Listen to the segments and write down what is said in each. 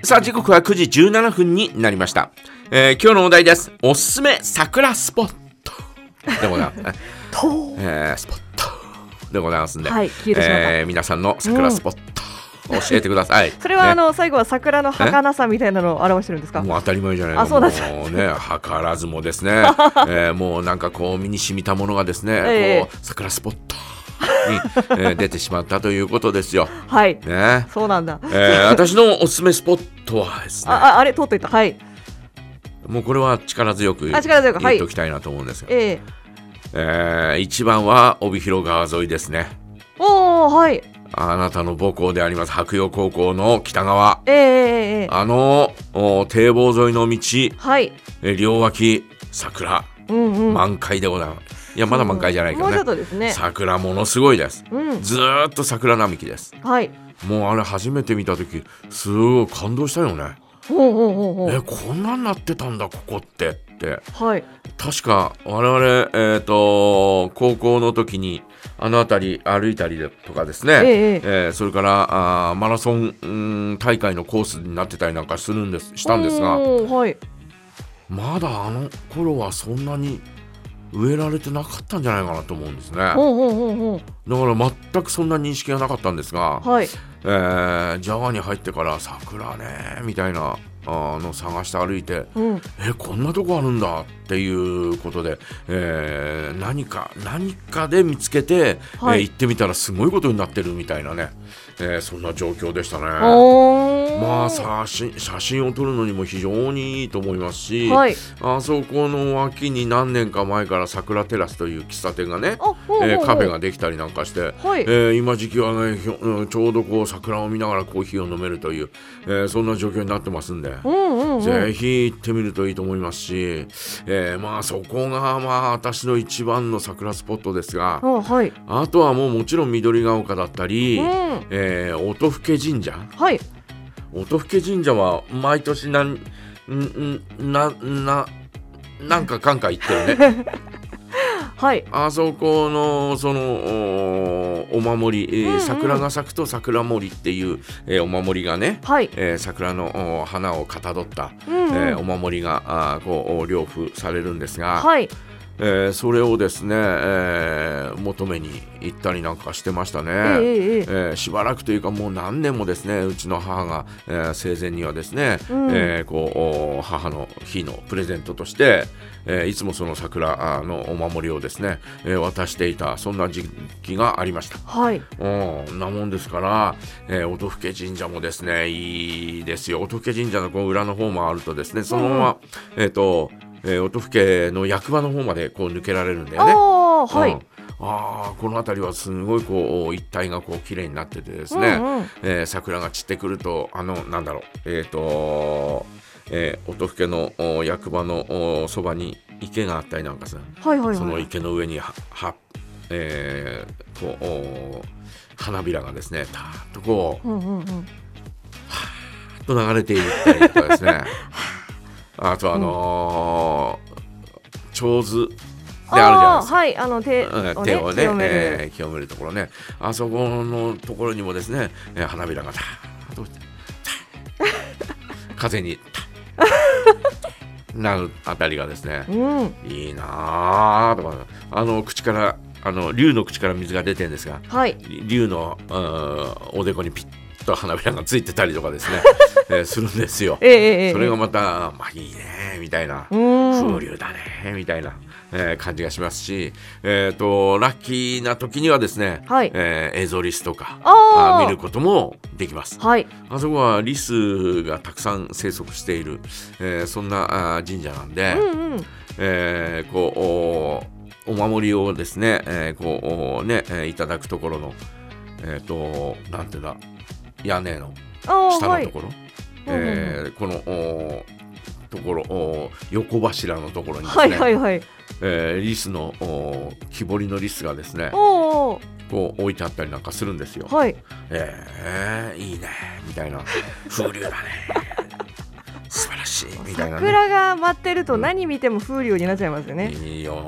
さあ時刻は9時17分になりました。今日のお題です。おすすめ桜スポットでございます。スポットでございますんで、 はい、消えてしまった。 皆さんの桜スポット、教えてください。 それは最後は桜の儚さみたいなのを表してるんですか？ もう当たり前じゃないか。 そうなんですもうね、図らずもですね、もうなんかこう身に染みたものがですね、こう桜スポットに、出てしまったということですよ。 はい、 ね、 そうなんだ。 私のおすすめスポットはですね、 あれ通っていた。はい。 もうこれは力強く言っておきたいなと思うんですが、一番は帯広川沿いですね。 はい。 あなたの母校であります白洋高校の北側、堤防沿いの道、 はい、 両脇桜、満開でございます。いやまだ満開じゃないけどね、 もうちょっとですね。 桜ものすごいです、ずーっと桜並木です、 はい、 もうあれ初めて見た時すごい感動したよね。こんなんなってたんだここってって、はい、確か我々、高校の時にあの辺り歩いたりとかですね、それからマラソン、大会のコースになってたりなんかしたんですが、はい、まだあの頃はそんなに植えられてなかったんじゃないかなと思うんですね。だから全くそんな認識がなかったんですが、はい、ジャワに入ってから桜ねみたいなの探して歩いて、こんなとこあるんだっていうことで、何かで見つけて、行ってみたらすごいことになってるみたいなね、そんな状況でしたね。まあ写真を撮るのにも非常にいいと思いますし、はい、あそこの脇に何年か前から桜テラスという喫茶店がね、カフェができたりなんかして、はい、今時期はねちょうどこう桜を見ながらコーヒーを飲めるという、そんな状況になってますんで、ぜひ行ってみるといいと思いますし、まあそこが私の一番の桜スポットですが、はい、あとはもちろん緑が丘だったり、音更神社、はい、音更神社は毎年なんかかんか行ってるねはい、あそこのそのお守り、桜が咲くと桜守りっていう、お守りがね、はい、桜の花をかたどった、お守りがこう両付されるんですが、はい、それをですね、求めに行ったりなんかしてましたね。しばらくというかもう何年もですね、うちの母が、生前にはですね、こう母の日のプレゼントとして、いつもその桜のお守りをですね、渡していた、そんな時期がありました。はい、なもんですから、音更神社もですねいいですよ。音更神社のこう裏の方もあるとですね、そのまま、音更の役場の方までこう抜けられるんだよね。はい、この辺りはすごいこう一帯がこう綺麗になっててですね、桜が散ってくるとなんだろう、音更の役場のそばに池があったりなんかさ、その池の上にこう花びらがですねたーっとこう、はーっと流れていったりとかですねあと手水であるじゃないですか。はい、手をね、清めるところね、あそこのところにもですね、花びらがたーっと風になるあたりがですね、いいなとか、口から竜の口から水が出てるんですが、はい、竜のおでこにピッと花びらがついてたりとかですね、するんですよ。それがまた、いいねみたいな、風流だねみたいな、感じがしますし、ラッキーな時にはですね、はい、映像リスとか見ることもできます。はい、あそこはリスがたくさん生息している、そんな神社なんで、こうお守りをですね、こうね、いただくところのなんてだ屋根の下のところ、このところ横柱のところにですね、リスの木彫りのリスがですねこう置いてあったりなんかするんですよ。はい、いいねみたいな、風流だね素晴らしいみたいな、ね、 桜が舞ってると何見ても風流になっちゃいますよね。 いいよ、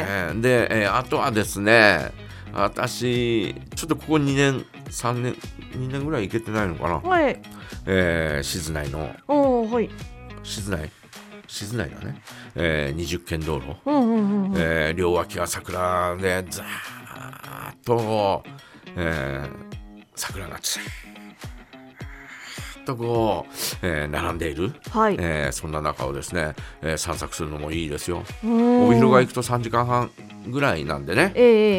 で、あとはですね、私ちょっとここ2年3年 2年ぐらい行けてないのかな、 はい、 静内の、 はい、 静内だね、20軒道路、両脇が桜でザーッと、桜がずーっとこう、並んでいる、はい、そんな中をですね、散策するのもいいですよ。帯広が行くと3時間半ぐらいなんでね、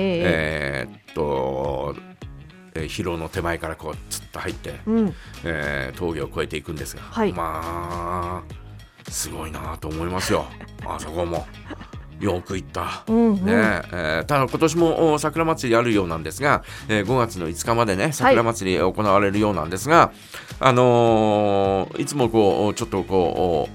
広の手前からこうつっと入って、峠を越えていくんですが、はい、まあすごいなと思いますよ。あそこもよく行った、ね。ただ今年も桜祭りあるようなんですが、5月の5日までね桜祭り行われるようなんですが、いつもこうちょっとこ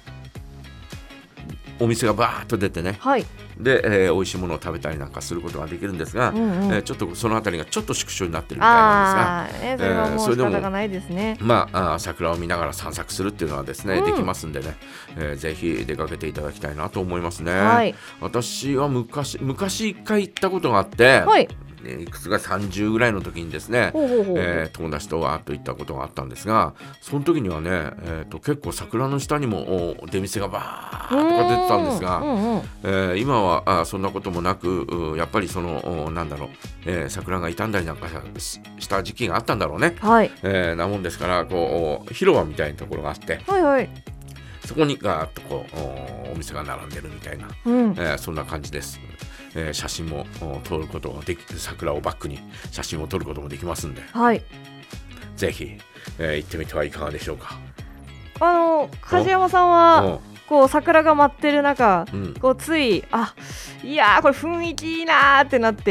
うお店がバーッと出てね、はい、で、美味しいものを食べたりなんかすることができるんですが、ちょっとそのあたりがちょっと縮小になってるみたいなんですが、 それはもう仕方がないですね。 まあ、桜を見ながら散策するっていうのはですね、できますんでね、ぜひ出かけていただきたいなと思いますね。はい、私は昔一回行ったことがあって、はい、いくつが30ぐらいの時にですね、友達とわーっと行ったことがあったんですが、その時にはね、結構桜の下にも出店がバーッとか出てたんですが、今はそんなこともなく、やっぱりそのなんだろう、桜が傷んだりなんかした時期があったんだろうね、はい、なもんですからこう広場みたいなところがあって、はいはい、そこにガーッとこうお店が並んでるみたいな、そんな感じです。写真も撮ることができ、桜をバックに写真を撮ることもできますんで、はい、ぜひ、行ってみてはいかがでしょうか。 梶山さんはこう桜が舞ってる中、こうついいやーこれ雰囲気いいなーってなって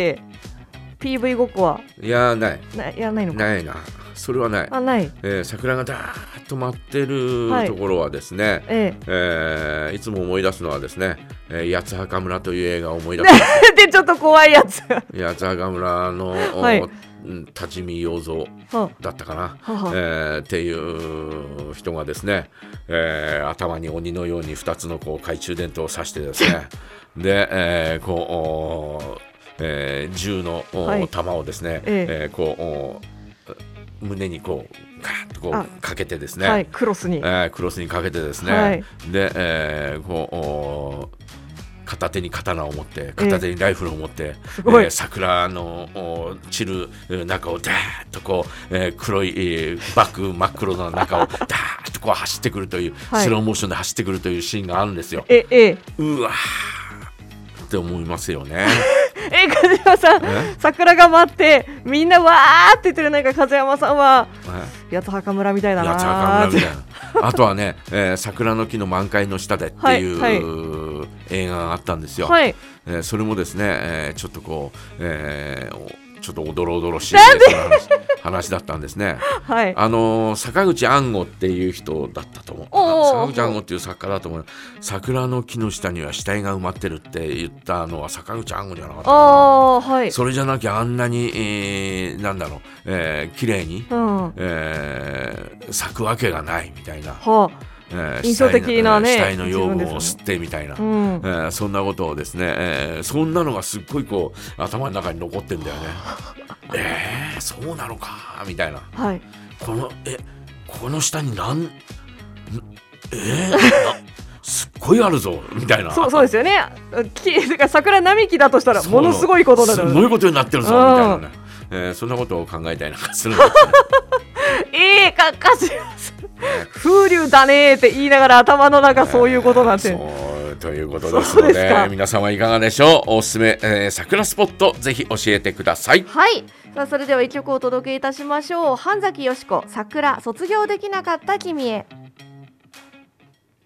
PV ごっこはいやないのか、ないな、それはない。 ない、 桜がダーッと舞ってるところはですね、いつも思い出すのはですね、八つ墓村という映画を思い出すでちょっと怖いやつ八つ墓村の、立見洋蔵だったかな、っていう人がですね、頭に鬼のように2つのこう懐中電灯を刺してですねで、こう、銃の弾をですね、こう胸にこうガーッとこうかけてですね、はい、クロスにかけてですね、はい、で、こう片手に刀を持って片手にライフルを持って、桜の散る中をダーッとこう、黒い、バック真っ黒な中をダーッとこう走ってくるという、スローモーションで走ってくるというシーンがあるんですよ。うわーって思いますよね。 梶山さん、桜が舞ってみんなわーって言ってる中、梶山さんは八つ墓村みたいだなーって。 あとはね、桜の木の満開の下でっていう、映画があったんですよ。それもですね、ちょっとこう、ちょっとおどろおどろしい話だったんですね。はい、坂口安吾っていう人だったと思う。坂口安吾っていう作家だと思う。桜の木の下には死体が埋まってるって言ったのは坂口安吾じゃなかったかな。はい、それじゃなきゃあんなに、なんだろう、綺麗に、咲くわけがないみたいな。 印象的なね、 死体の養分を吸ってみたいな、そんなことをですね、そんなのがすっごいこう頭の中に残ってんだよね。そうなのかみたいな、はい、この下にすっごいあるぞみたいな。 そうですよね。桜並木だとしたらものすごいことだから、 すごいことになってるぞみたいなね、そんなことを考えたりなんかするんですね。風流だねって言いながら頭の中そういうことなんて、 ということですので、皆様いかがでしょう。おすすめ、桜スポットぜひ教えてください。 はい、さあそれでは一曲お届けいたしましょう。半崎よし子、桜、卒業できなかった君へ。